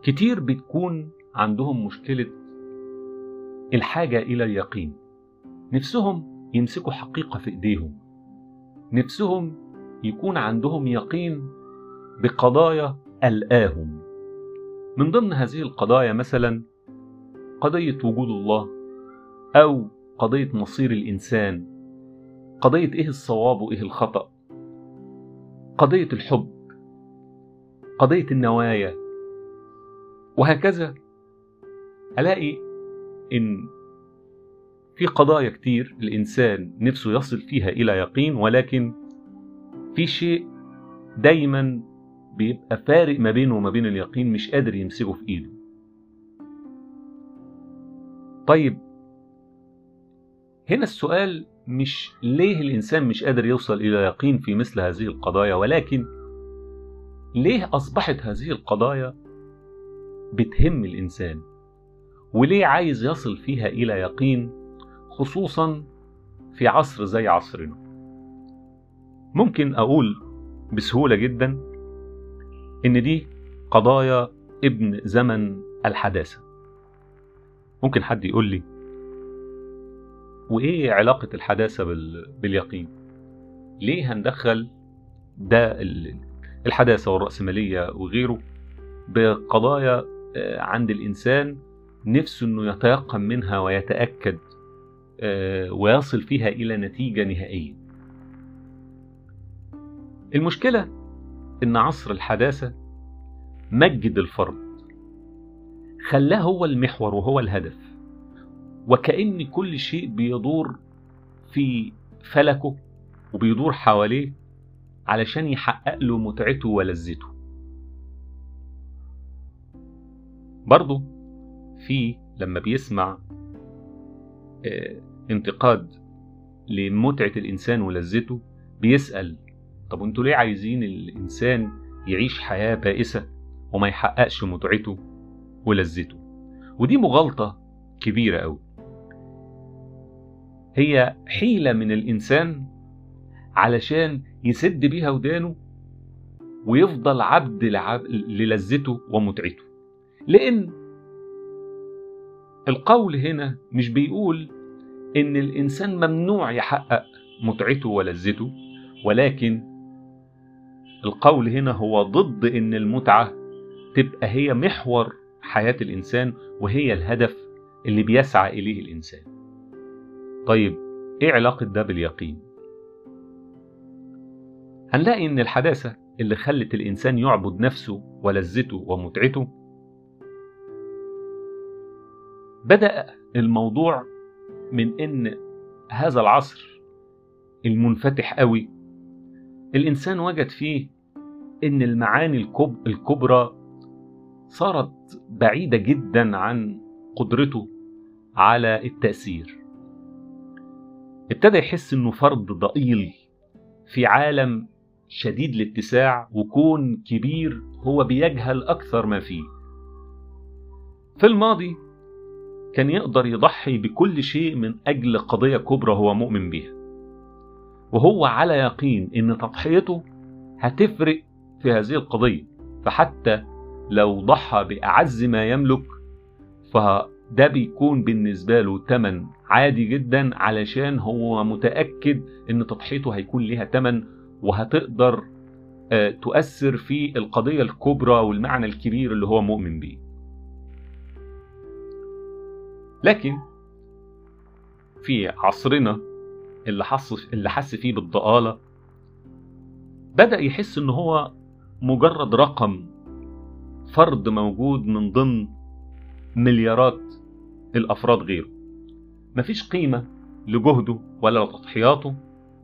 كتير بتكون عندهم مشكلة الحاجة إلى اليقين، نفسهم يمسكوا حقيقة في إيديهم، نفسهم يكون عندهم يقين بقضايا قلقاهم. من ضمن هذه القضايا مثلا قضية وجود الله، أو قضية مصير الإنسان، قضية إيه الصواب وإيه الخطأ، قضية الحب، قضية النوايا، وهكذا. ألاقي إن في قضايا كتير الإنسان نفسه يصل فيها إلى يقين، ولكن في شيء دايما بيبقى فارق ما بينه وما بين اليقين، مش قادر يمسكه في إيده. طيب هنا السؤال مش ليه الإنسان مش قادر يوصل إلى يقين في مثل هذه القضايا، ولكن ليه أصبحت هذه القضايا بتهم الإنسان، وليه عايز يصل فيها إلى يقين، خصوصا في عصر زي عصرنا. ممكن أقول بسهولة جدا إن دي قضايا ابن زمن الحداثة. ممكن حد يقول لي وإيه علاقة الحداثة باليقين؟ ليه هندخل ده الحداثة والرأسمالية وغيره بقضايا عند الإنسان نفسه إنه يتيقن منها ويتأكد ويصل فيها إلى نتيجة نهائية؟ المشكلة إن عصر الحداثة مجد الفرد، خلاه هو المحور وهو الهدف، وكأن كل شيء بيدور في فلكه وبيدور حواليه علشان يحقق له متعته ولذته. برضو في لما بيسمع انتقاد لمتعة الإنسان ولذته بيسأل طب انتوا ليه عايزين الإنسان يعيش حياة بائسة وما يحققش متعته ولذته؟ ودي مغالطة كبيرة أوي، هي حيلة من الإنسان علشان يسد بيها ودانه ويفضل عبد للذته ومتعته. لأن القول هنا مش بيقول إن الإنسان ممنوع يحقق متعته ولذته، ولكن القول هنا هو ضد إن المتعة تبقى هي محور حياة الإنسان وهي الهدف اللي بيسعى إليه الإنسان. طيب إيه علاقة ده باليقين؟ هنلاقي إن الحداثة اللي خلت الإنسان يعبد نفسه ولذته ومتعته، بدأ الموضوع من إن هذا العصر المنفتح قوي الإنسان وجد فيه إن المعاني الكبرى صارت بعيدة جدا عن قدرته على التأثير. ابتدى يحس إنه فرد ضئيل في عالم شديد الاتساع وكون كبير هو بيجهل أكثر ما فيه. في الماضي كان يقدر يضحي بكل شيء من أجل قضية كبرى هو مؤمن بيها، وهو على يقين إن تضحيته هتفرق في هذه القضية، فحتى لو ضحى بأعز ما يملك فده بيكون بالنسبة له تمن عادي جدا، علشان هو متأكد إن تضحيته هيكون لها تمن وهتقدر تؤثر في القضية الكبرى والمعنى الكبير اللي هو مؤمن بيه. لكن في عصرنا اللي حس فيه بالضآلة، بدأ يحس إن هو مجرد رقم، فرد موجود من ضمن مليارات الأفراد غيره، مفيش قيمة لجهده ولا لتضحياته،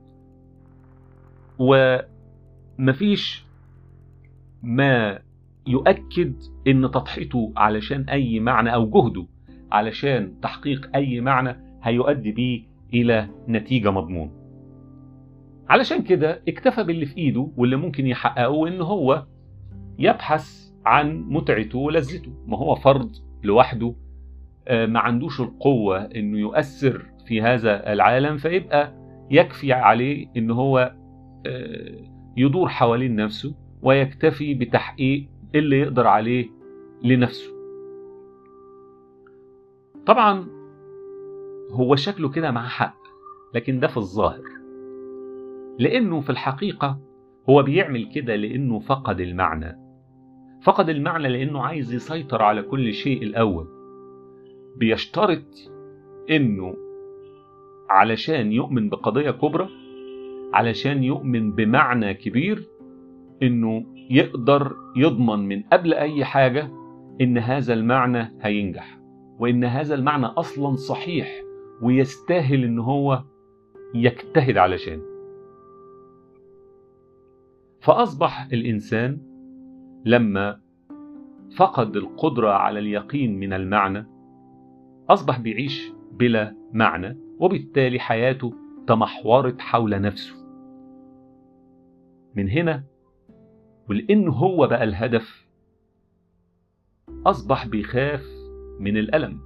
ومفيش ما يؤكد إن تضحيته علشان أي معنى أو جهده علشان تحقيق أي معنى هيؤدي بيه إلى نتيجة مضمون. علشان كده اكتفى باللي في إيده واللي ممكن يحققه، إن هو يبحث عن متعته ولذته. ما هو فرد لوحده ما عندوش القوة إنه يؤثر في هذا العالم، فيبقى يكفي عليه إن هو يدور حوالين نفسه ويكتفي بتحقيق اللي يقدر عليه لنفسه. طبعا هو شكله كده معاه حق، لكن ده في الظاهر، لأنه في الحقيقة هو بيعمل كده لأنه فقد المعنى. فقد المعنى لأنه عايز يسيطر على كل شيء الأول. بيشترط إنه علشان يؤمن بقضية كبرى، علشان يؤمن بمعنى كبير، إنه يقدر يضمن من قبل أي حاجة إن هذا المعنى هينجح، وإن هذا المعنى أصلا صحيح ويستاهل إن هو يجتهد علشان. فأصبح الإنسان لما فقد القدرة على اليقين من المعنى أصبح بيعيش بلا معنى، وبالتالي حياته تمحورت حول نفسه. من هنا ولأنه هو بقى الهدف أصبح بيخاف من الألم.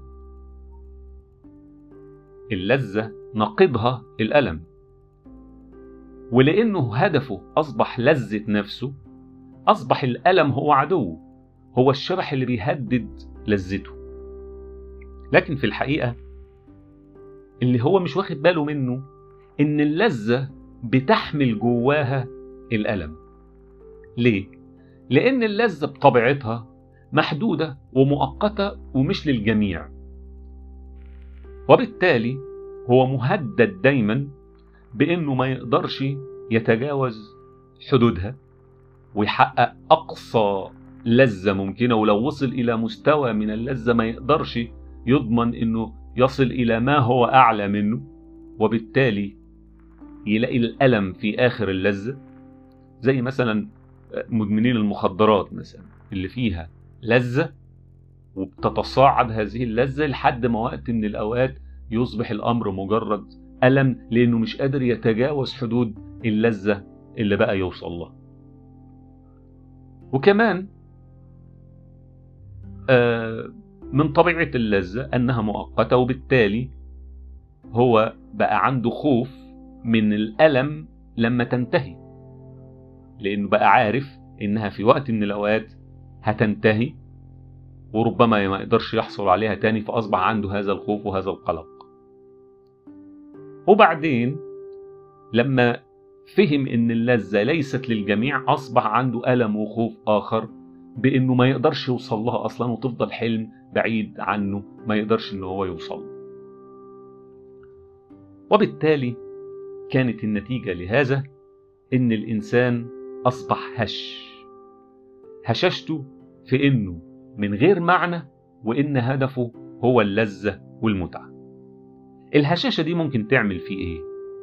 اللذة نقيضها الألم، ولأنه هدفه أصبح لذة نفسه أصبح الألم هو عدو، هو الشبح اللي بيهدد لذته. لكن في الحقيقة اللي هو مش واخد باله منه إن اللذة بتحمل جواها الألم. ليه؟ لأن اللذة بطبيعتها محدودة ومؤقتة ومش للجميع، وبالتالي هو مهدد دايما بأنه ما يقدرش يتجاوز حدودها ويحقق أقصى لذة ممكنة، ولو وصل إلى مستوى من اللذة ما يقدرش يضمن أنه يصل إلى ما هو أعلى منه، وبالتالي يلاقي الألم في آخر اللذة. زي مثلا مدمنين المخدرات مثلا، اللي فيها لذة وبتتصاعد هذه اللذة لحد ما وقت من الأوقات يصبح الأمر مجرد ألم، لأنه مش قادر يتجاوز حدود اللذة اللي بقى يوصل لها. وكمان من طبيعة اللذة أنها مؤقتة، وبالتالي هو بقى عنده خوف من الألم لما تنتهي، لأنه بقى عارف إنها في وقت من الأوقات هتنتهي وربما ما يقدرش يحصل عليها تاني، فأصبح عنده هذا الخوف وهذا القلق. وبعدين لما فهم إن اللذة ليست للجميع أصبح عنده ألم وخوف آخر بإنه ما يقدرش يوصل لها أصلا، وتفضل حلم بعيد عنه ما يقدرش إنه هو يوصل. وبالتالي كانت النتيجة لهذا إن الإنسان أصبح هشاشته في إنه من غير معنى، وإن هدفه هو اللذة والمتعة. الهشاشة دي ممكن تعمل فيه إيه؟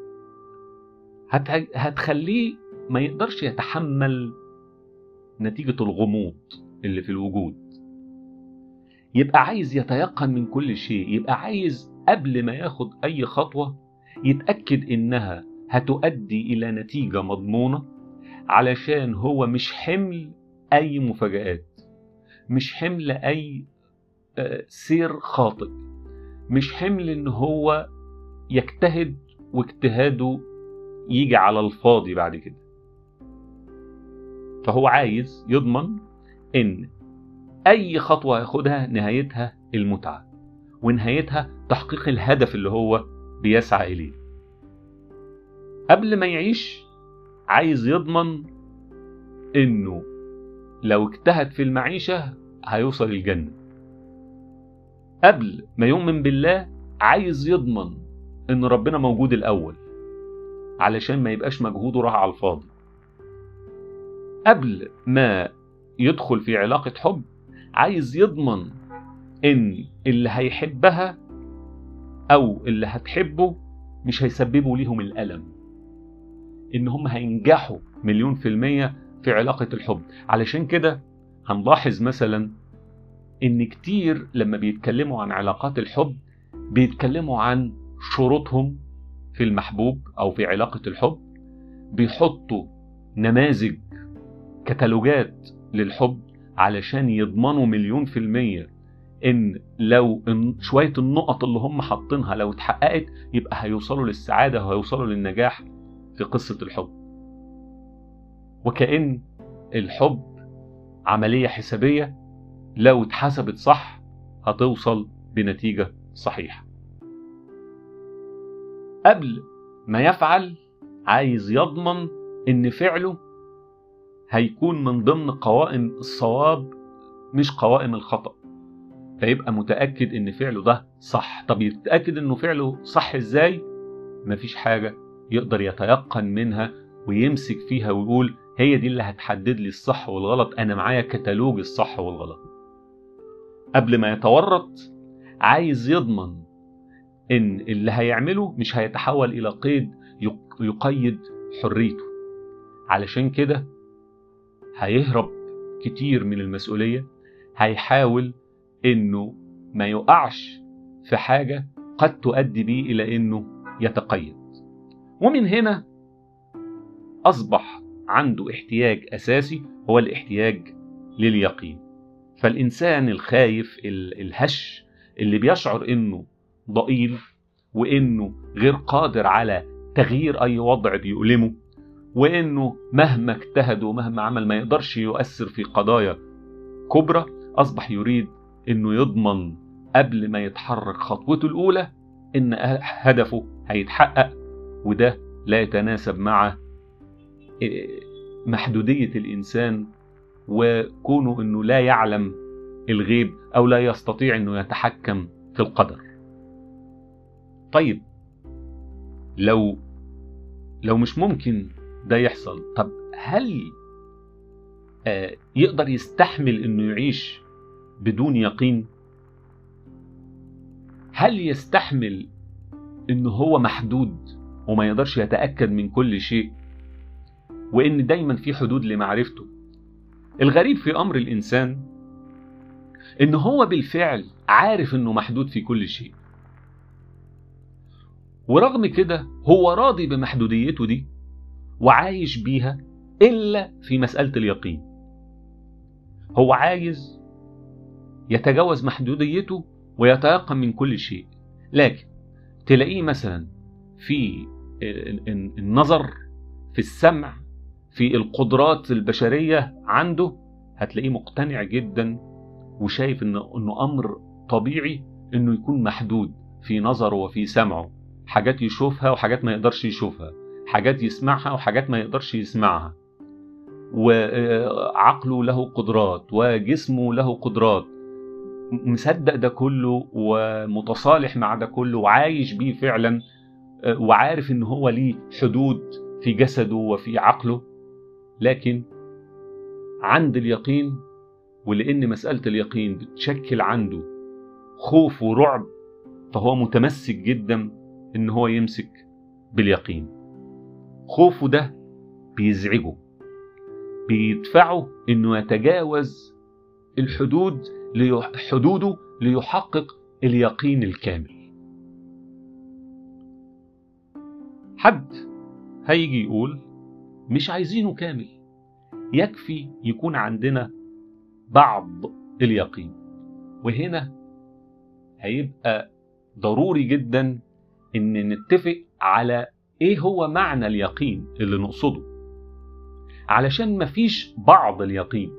هتخليه ما يقدرش يتحمل نتيجة الغموض اللي في الوجود، يبقى عايز يتيقن من كل شيء، يبقى عايز قبل ما ياخد أي خطوة يتأكد إنها هتؤدي إلى نتيجة مضمونة، علشان هو مش حمل أي مفاجآت، مش حمل أي سير خاطئ، مش حمل إن هو يجتهد واجتهاده يجي على الفاضي بعد كده. فهو عايز يضمن إن أي خطوة ياخدها نهايتها المتعة، ونهايتها تحقيق الهدف اللي هو بيسعى إليه. قبل ما يعيش عايز يضمن إنه لو اجتهد في المعيشة هيوصل الجنة. قبل ما يؤمن بالله عايز يضمن إن ربنا موجود الأول علشان ما يبقاش مجهوده راح على الفاضي. قبل ما يدخل في علاقة حب عايز يضمن إن اللي هيحبها أو اللي هتحبه مش هيسببوا ليهم الألم، إن هم هينجحوا 100% في علاقة الحب. علشان كده هنلاحظ مثلا إن كتير لما بيتكلموا عن علاقات الحب بيتكلموا عن شروطهم في المحبوب أو في علاقة الحب، بيحطوا نماذج كتالوجات للحب علشان يضمنوا 100% إن لو شوية النقط اللي هم حاطينها لو اتحققت يبقى هيوصلوا للسعادة وهيوصلوا للنجاح في قصة الحب. وكأن الحب عملية حسابية لو اتحسبت صح هتوصل بنتيجة صحيحة. قبل ما يفعل عايز يضمن ان فعله هيكون من ضمن قوائم الصواب مش قوائم الخطأ، فيبقى متأكد ان فعله ده صح. طب يتأكد انه فعله صح ازاي؟ مفيش حاجة يقدر يتيقن منها ويمسك فيها ويقول هي دي اللي هتحدد لي الصح والغلط، انا معايا كتالوج الصح والغلط. قبل ما يتورط عايز يضمن ان اللي هيعمله مش هيتحول الى قيد يقيد حريته. علشان كده هيهرب كتير من المسؤولية، هيحاول انه ما يقعش في حاجة قد تؤدي به الى انه يتقيد. ومن هنا اصبح عنده احتياج اساسي هو الاحتياج لليقين. فالانسان الخايف الهش اللي بيشعر انه ضئيل وانه غير قادر على تغيير اي وضع بيؤلمه، وانه مهما اجتهد ومهما عمل ما يقدرش يؤثر في قضايا كبرى، اصبح يريد انه يضمن قبل ما يتحرك خطوته الاولى ان هدفه هيتحقق. وده لا يتناسب مع محدودية الانسان وكونه انه لا يعلم الغيب او لا يستطيع انه يتحكم في القدر. طيب لو مش ممكن ده يحصل، طب هل يقدر يستحمل انه يعيش بدون يقين؟ هل يستحمل انه هو محدود وما يقدرش يتأكد من كل شيء وان دايما في حدود لمعرفته؟ الغريب في امر الانسان ان هو بالفعل عارف انه محدود في كل شيء، ورغم كده هو راضي بمحدوديته دي وعايش بيها إلا في مسألة اليقين. هو عايز يتجاوز محدوديته ويتيقن من كل شيء، لكن تلاقيه مثلا في النظر، في السمع، في القدرات البشرية عنده هتلاقيه مقتنع جدا وشايف انه امر طبيعي انه يكون محدود في نظره وفي سمعه، حاجات يشوفها وحاجات ما يقدرش يشوفها، حاجات يسمعها وحاجات ما يقدرش يسمعها، وعقله له قدرات وجسمه له قدرات، مصدق ده كله ومتصالح مع ده كله وعايش بيه فعلا، وعارف ان هو ليه حدود في جسده وفي عقله. لكن عند اليقين، ولأن مسألة اليقين بتشكل عنده خوف ورعب، فهو متمسك جدا ان هو يمسك باليقين. خوفه ده بيزعجه، بيدفعه انه يتجاوز حدوده ليحقق اليقين الكامل. حد هيجي يقول مش عايزينه كامل، يكفي يكون عندنا بعض اليقين. وهنا هيبقى ضروري جدا ان نتفق على ايه هو معنى اليقين اللي نقصده، علشان مفيش بعض اليقين.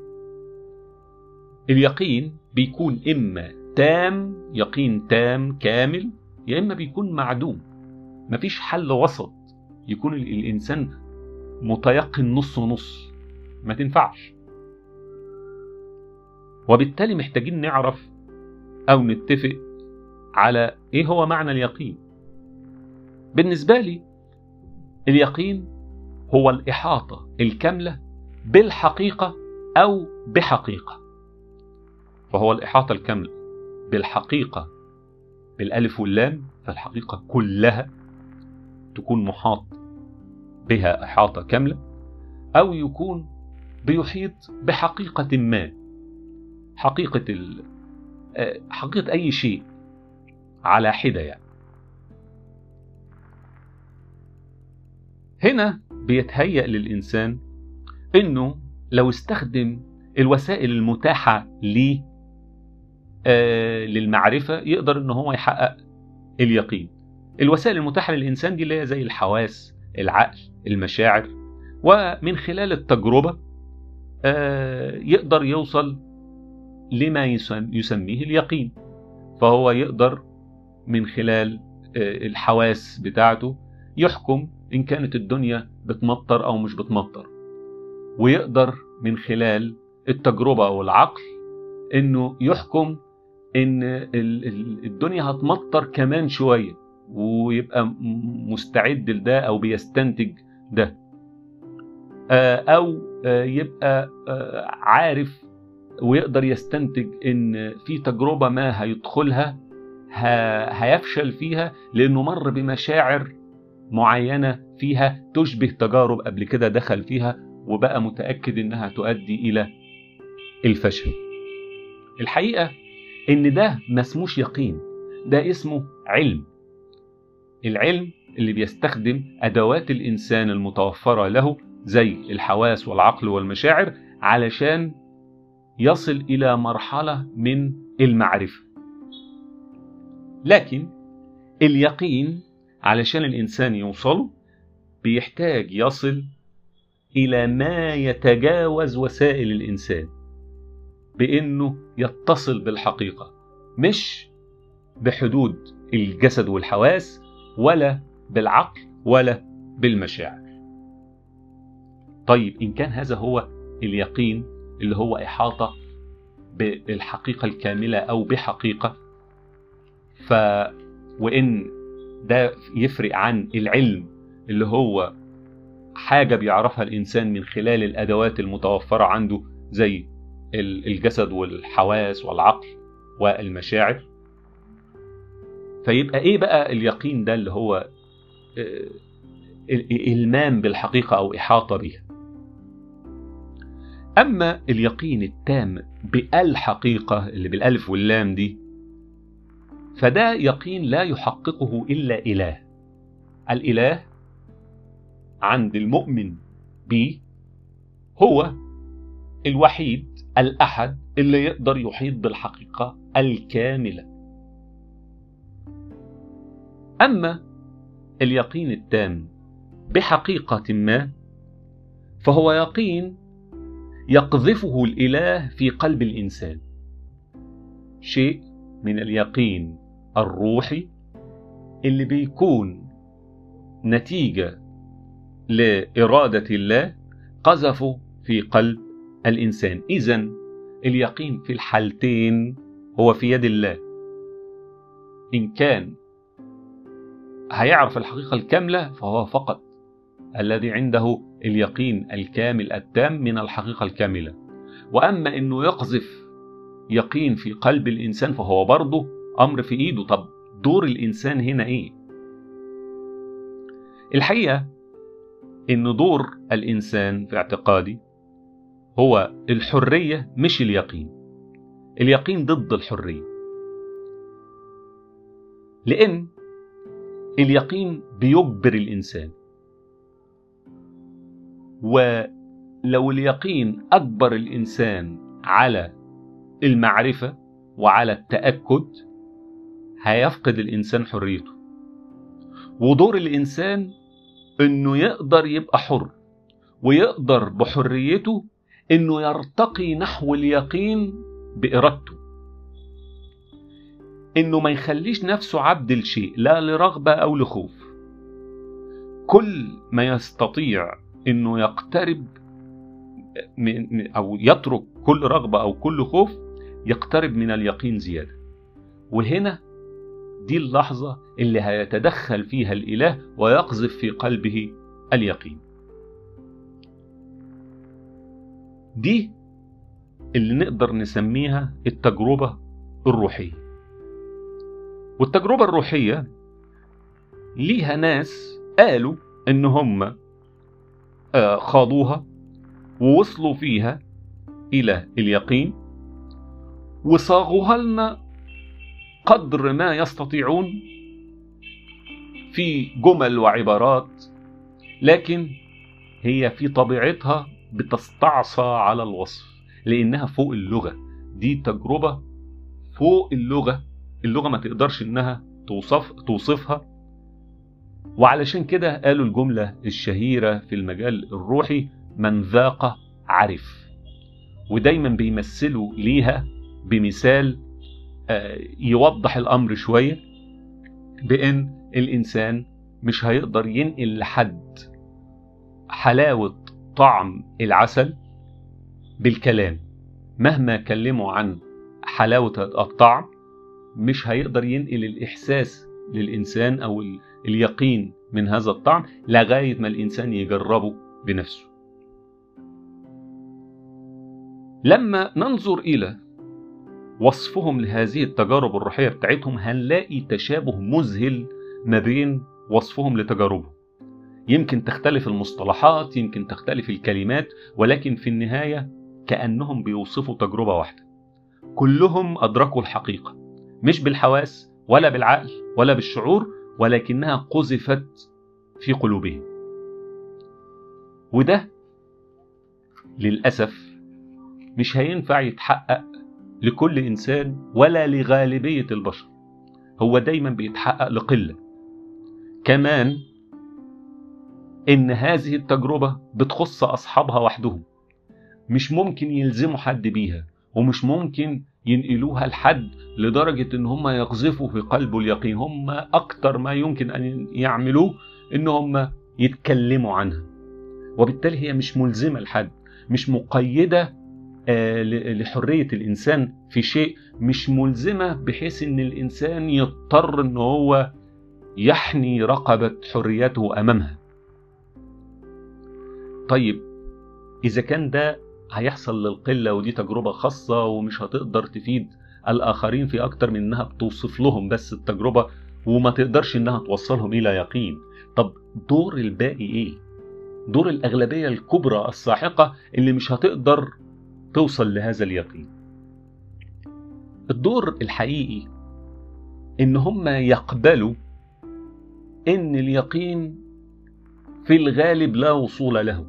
اليقين بيكون اما تام، يقين تام كامل، يا اما بيكون معدوم. مفيش حل وسط يكون الانسان متيقن نص ونص، ما تنفعش. وبالتالي محتاجين نعرف او نتفق على ايه هو معنى اليقين. بالنسبة لي اليقين هو الإحاطة الكاملة بالحقيقة أو بحقيقة. فهو الإحاطة الكاملة بالحقيقة بالألف واللام، فالحقيقة كلها تكون محاط بها إحاطة كاملة، أو يكون بيحيط بحقيقة ما، حقيقة أي شيء على حدة يعني. هنا بيتهيأ للإنسان إنه لو استخدم الوسائل المتاحة ليه للمعرفة يقدر إنه هو يحقق اليقين. الوسائل المتاحة للإنسان دي اللي هي زي الحواس، العقل، المشاعر، ومن خلال التجربة يقدر يوصل لما يسميه اليقين. فهو يقدر من خلال الحواس بتاعته يحكم إن كانت الدنيا بتمطر أو مش بتمطر، ويقدر من خلال التجربة أو العقل إنه يحكم إن الدنيا هتمطر كمان شوية، ويبقى مستعد لده أو بيستنتج ده، أو يبقى عارف ويقدر يستنتج إن في تجربة ما هيدخلها هيفشل فيها لأنه مر بمشاعر معينة فيها تشبه تجارب قبل كده دخل فيها وبقى متأكد إنها تؤدي إلى الفشل. الحقيقة إن ده ما اسموش يقين، ده اسمه علم. العلم اللي بيستخدم أدوات الإنسان المتوفرة له زي الحواس والعقل والمشاعر علشان يصل إلى مرحلة من المعرفة. لكن اليقين علشان الإنسان يوصله بيحتاج يصل إلى ما يتجاوز وسائل الإنسان، بأنه يتصل بالحقيقة مش بحدود الجسد والحواس ولا بالعقل ولا بالمشاعر. طيب إن كان هذا هو اليقين اللي هو إحاطة بالحقيقة الكاملة أو بحقيقة، وإن ده يفرق عن العلم اللي هو حاجة بيعرفها الإنسان من خلال الأدوات المتوفرة عنده زي الجسد والحواس والعقل والمشاعر، فيبقى إيه بقى اليقين ده اللي هو إلمام بالحقيقة أو إحاطة بها؟ أما اليقين التام بالحقيقة اللي بالألف واللام دي، فده يقين لا يحققه إلا إله. الإله عند المؤمن به هو الوحيد الأحد اللي يقدر يحيط بالحقيقة الكاملة. أما اليقين التام بحقيقة ما فهو يقين يقذفه الإله في قلب الإنسان، شيء من اليقين الروحي اللي بيكون نتيجة لإرادة الله قذفه في قلب الإنسان. إذن اليقين في الحالتين هو في يد الله. إن كان هيعرف الحقيقة الكاملة فهو فقط الذي عنده اليقين الكامل التام من الحقيقة الكاملة، وأما إنه يقذف يقين في قلب الإنسان فهو برضه أمر في إيده. طب دور الإنسان هنا إيه؟ الحقيقة إن دور الإنسان في اعتقادي هو الحرية مش اليقين. اليقين ضد الحرية، لأن اليقين بيجبر الإنسان، ولو اليقين أجبر الإنسان على المعرفة وعلى التأكد هيفقد الإنسان حريته. ودور الإنسان إنه يقدر يبقى حر، ويقدر بحريته إنه يرتقي نحو اليقين بإرادته، إنه ما يخليش نفسه عبد الشيء لا لرغبة أو لخوف. كل ما يستطيع إنه يقترب أو يترك كل رغبة أو كل خوف يقترب من اليقين زيادة. وهنا دي اللحظة اللي هيتدخل فيها الإله ويقذف في قلبه اليقين. دي اللي نقدر نسميها التجربة الروحية. والتجربة الروحية ليها ناس قالوا إن هم خاضوها ووصلوا فيها إلى اليقين وصاغوها لنا قدر ما يستطيعون في جمل وعبارات، لكن هي في طبيعتها بتستعصى على الوصف لأنها فوق اللغة. دي تجربة فوق اللغة، اللغة ما تقدرش إنها توصفها. وعلشان كده قالوا الجملة الشهيرة في المجال الروحي: من ذاق عرف. ودايما بيمثلوا ليها بمثال يوضح الأمر شوية، بأن الإنسان مش هيقدر ينقل لحد حلاوة طعم العسل بالكلام. مهما كلموا عن حلاوة الطعم مش هيقدر ينقل الإحساس للإنسان أو اليقين من هذا الطعم لغاية ما الإنسان يجربه بنفسه. لما ننظر إلى وصفهم لهذه التجارب الروحية بتاعتهم هنلاقي تشابه مذهل ما بين وصفهم لتجاربهم. يمكن تختلف المصطلحات، يمكن تختلف الكلمات، ولكن في النهاية كأنهم بيوصفوا تجربة واحدة. كلهم أدركوا الحقيقة، مش بالحواس ولا بالعقل ولا بالشعور، ولكنها قذفت في قلوبهم. وده للأسف مش هينفع يتحقق لكل إنسان ولا لغالبية البشر، هو دايما بيتحقق لقلة. كمان إن هذه التجربة بتخص أصحابها وحدهم، مش ممكن يلزموا حد بيها، ومش ممكن ينقلوها لحد لدرجة إن هم يقذفوا في قلبه اليقين. هم أكتر ما يمكن أن يعملوه إن هم يتكلموا عنها، وبالتالي هي مش ملزمة لحد، مش مقيدة لحرية الإنسان في شيء، مش ملزمة بحيث إن الإنسان يضطر إن هو يحني رقبة حريته أمامها. طيب إذا كان ده هيحصل للقلة ودي تجربة خاصة ومش هتقدر تفيد الآخرين في أكتر من إنها بتوصف لهم بس التجربة وما تقدرش إنها توصلهم إلى يقين، طب دور الباقي إيه؟ دور الأغلبية الكبرى الساحقة اللي مش هتقدر توصل لهذا اليقين. الدور الحقيقي إن هم يقبلوا إن اليقين في الغالب لا وصول له،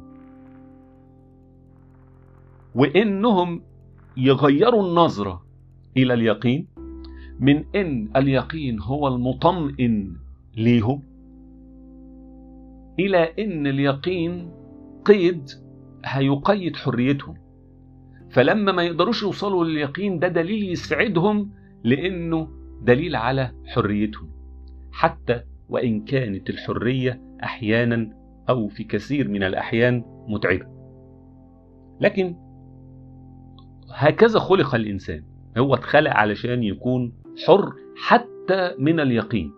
وإنهم يغيروا النظرة إلى اليقين من إن اليقين هو المطمئن ليهم إلى إن اليقين قيد هيقيد حريتهم. فلما ما يقدروش يوصلوا لليقين ده دليل يسعدهم، لأنه دليل على حريتهم، حتى وإن كانت الحرية أحيانا أو في كثير من الأحيان متعبة. لكن هكذا خلق الإنسان، هو اتخلق علشان يكون حر حتى من اليقين.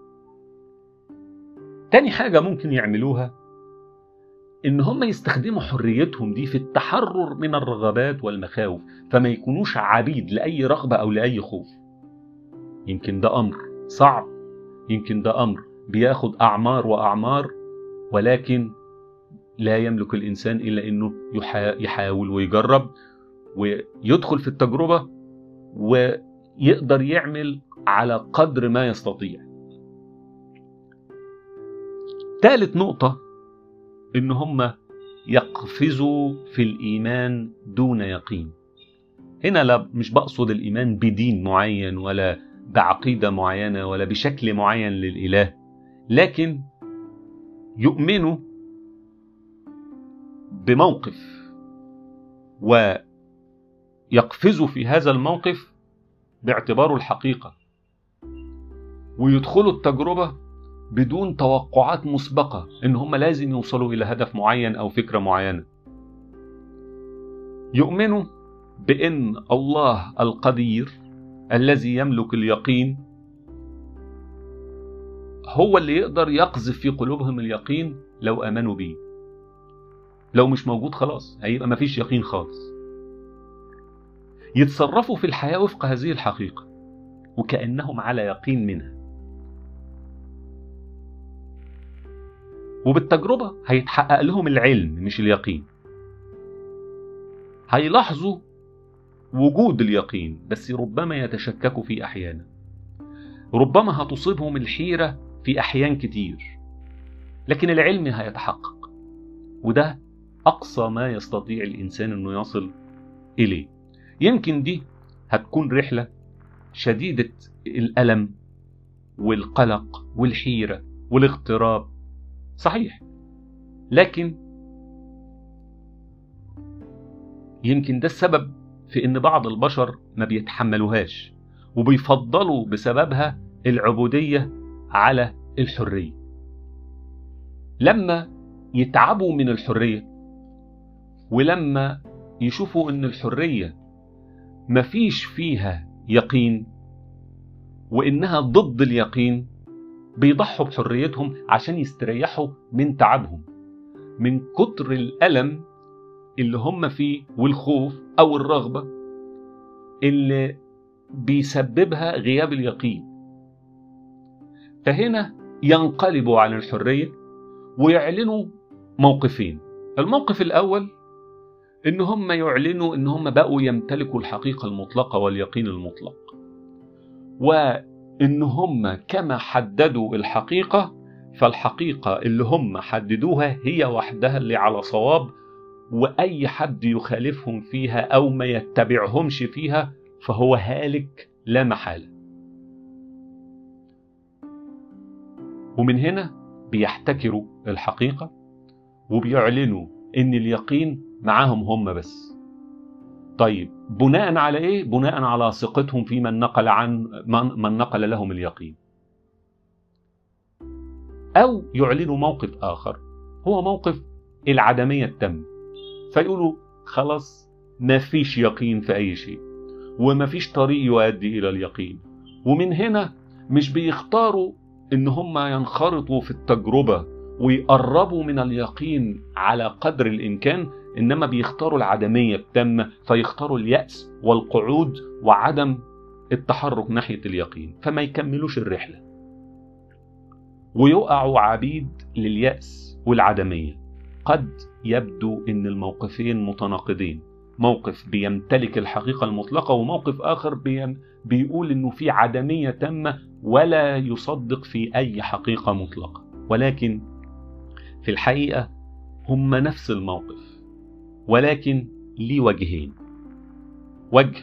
تاني حاجة ممكن يعملوها إن هم يستخدموا حريتهم دي في التحرر من الرغبات والمخاوف، فما يكونوش عبيد لأي رغبة أو لأي خوف. يمكن ده أمر صعب، يمكن ده أمر بياخد أعمار وأعمار، ولكن لا يملك الإنسان إلا إنه يحاول ويجرب ويدخل في التجربة ويقدر يعمل على قدر ما يستطيع. ثالث نقطة إن هم يقفزوا في الإيمان دون يقين. هنا لا مش بقصد الإيمان بدين معين ولا بعقيدة معينة ولا بشكل معين للإله، لكن يؤمنوا بموقف ويقفزوا في هذا الموقف باعتباره الحقيقة، ويدخلوا التجربة بدون توقعات مسبقة إن هم لازم يوصلوا إلى هدف معين أو فكرة معينة. يؤمنوا بأن الله القدير الذي يملك اليقين هو اللي يقدر يقذف في قلوبهم اليقين لو آمنوا به. لو مش موجود خلاص هيبقى مفيش يقين خالص. يتصرفوا في الحياة وفق هذه الحقيقة وكأنهم على يقين منها، وبالتجربة هيتحقق لهم العلم مش اليقين. هيلاحظوا وجود اليقين بس ربما يتشككوا فيه أحيانا، ربما هتصيبهم الحيرة في أحيان كتير، لكن العلم هيتحقق، وده أقصى ما يستطيع الإنسان أنه يصل إليه. يمكن دي هتكون رحلة شديدة الألم والقلق والحيرة والاغتراب، صحيح، لكن يمكن ده السبب في إن بعض البشر ما بيتحملوهاش وبيفضلوا بسببها العبودية على الحرية. لما يتعبوا من الحرية ولما يشوفوا إن الحرية مفيش فيها يقين وإنها ضد اليقين، بيضحوا بحريتهم عشان يستريحوا من تعبهم، من كتر الألم اللي هم فيه والخوف أو الرغبة اللي بيسببها غياب اليقين. فهنا ينقلبوا عن الحرية ويعلنوا موقفين. الموقف الأول إن هم يعلنوا إن هم بقوا يمتلكوا الحقيقة المطلقة واليقين المطلق، وإن هم كما حددوا الحقيقة فالحقيقة اللي هم حددوها هي وحدها اللي على صواب، وأي حد يخالفهم فيها أو ما يتبعهمش فيها فهو هالك لا محالة. ومن هنا بيحتكروا الحقيقة وبيعلنوا إن اليقين معاهم هم بس. طيب بناء على إيه؟ بناء على ثقتهم في من نقل لهم اليقين. أو يعلنوا موقف آخر هو موقف العدمية التامة، فيقولوا خلاص ما فيش يقين في أي شيء وما فيش طريق يؤدي إلى اليقين. ومن هنا مش بيختاروا إن هم ينخرطوا في التجربة ويقربوا من اليقين على قدر الإمكان، إنما بيختاروا العدمية التامة، فيختاروا اليأس والقعود وعدم التحرك ناحية اليقين، فما يكملوش الرحلة ويقعوا عبيد لليأس والعدمية. قد يبدو إن الموقفين متناقضين، موقف بيمتلك الحقيقة المطلقة وموقف آخر بيقول إنه في عدمية تامة ولا يصدق في أي حقيقة مطلقة، ولكن في الحقيقة هم نفس الموقف ولكن ليه وجهين، وجه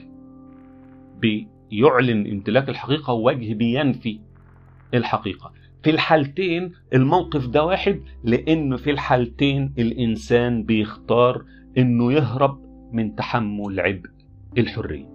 بيعلن امتلاك الحقيقة ووجه بينفي الحقيقة. في الحالتين الموقف ده واحد، لأنه في الحالتين الإنسان بيختار إنه يهرب من تحمل عبء الحرية.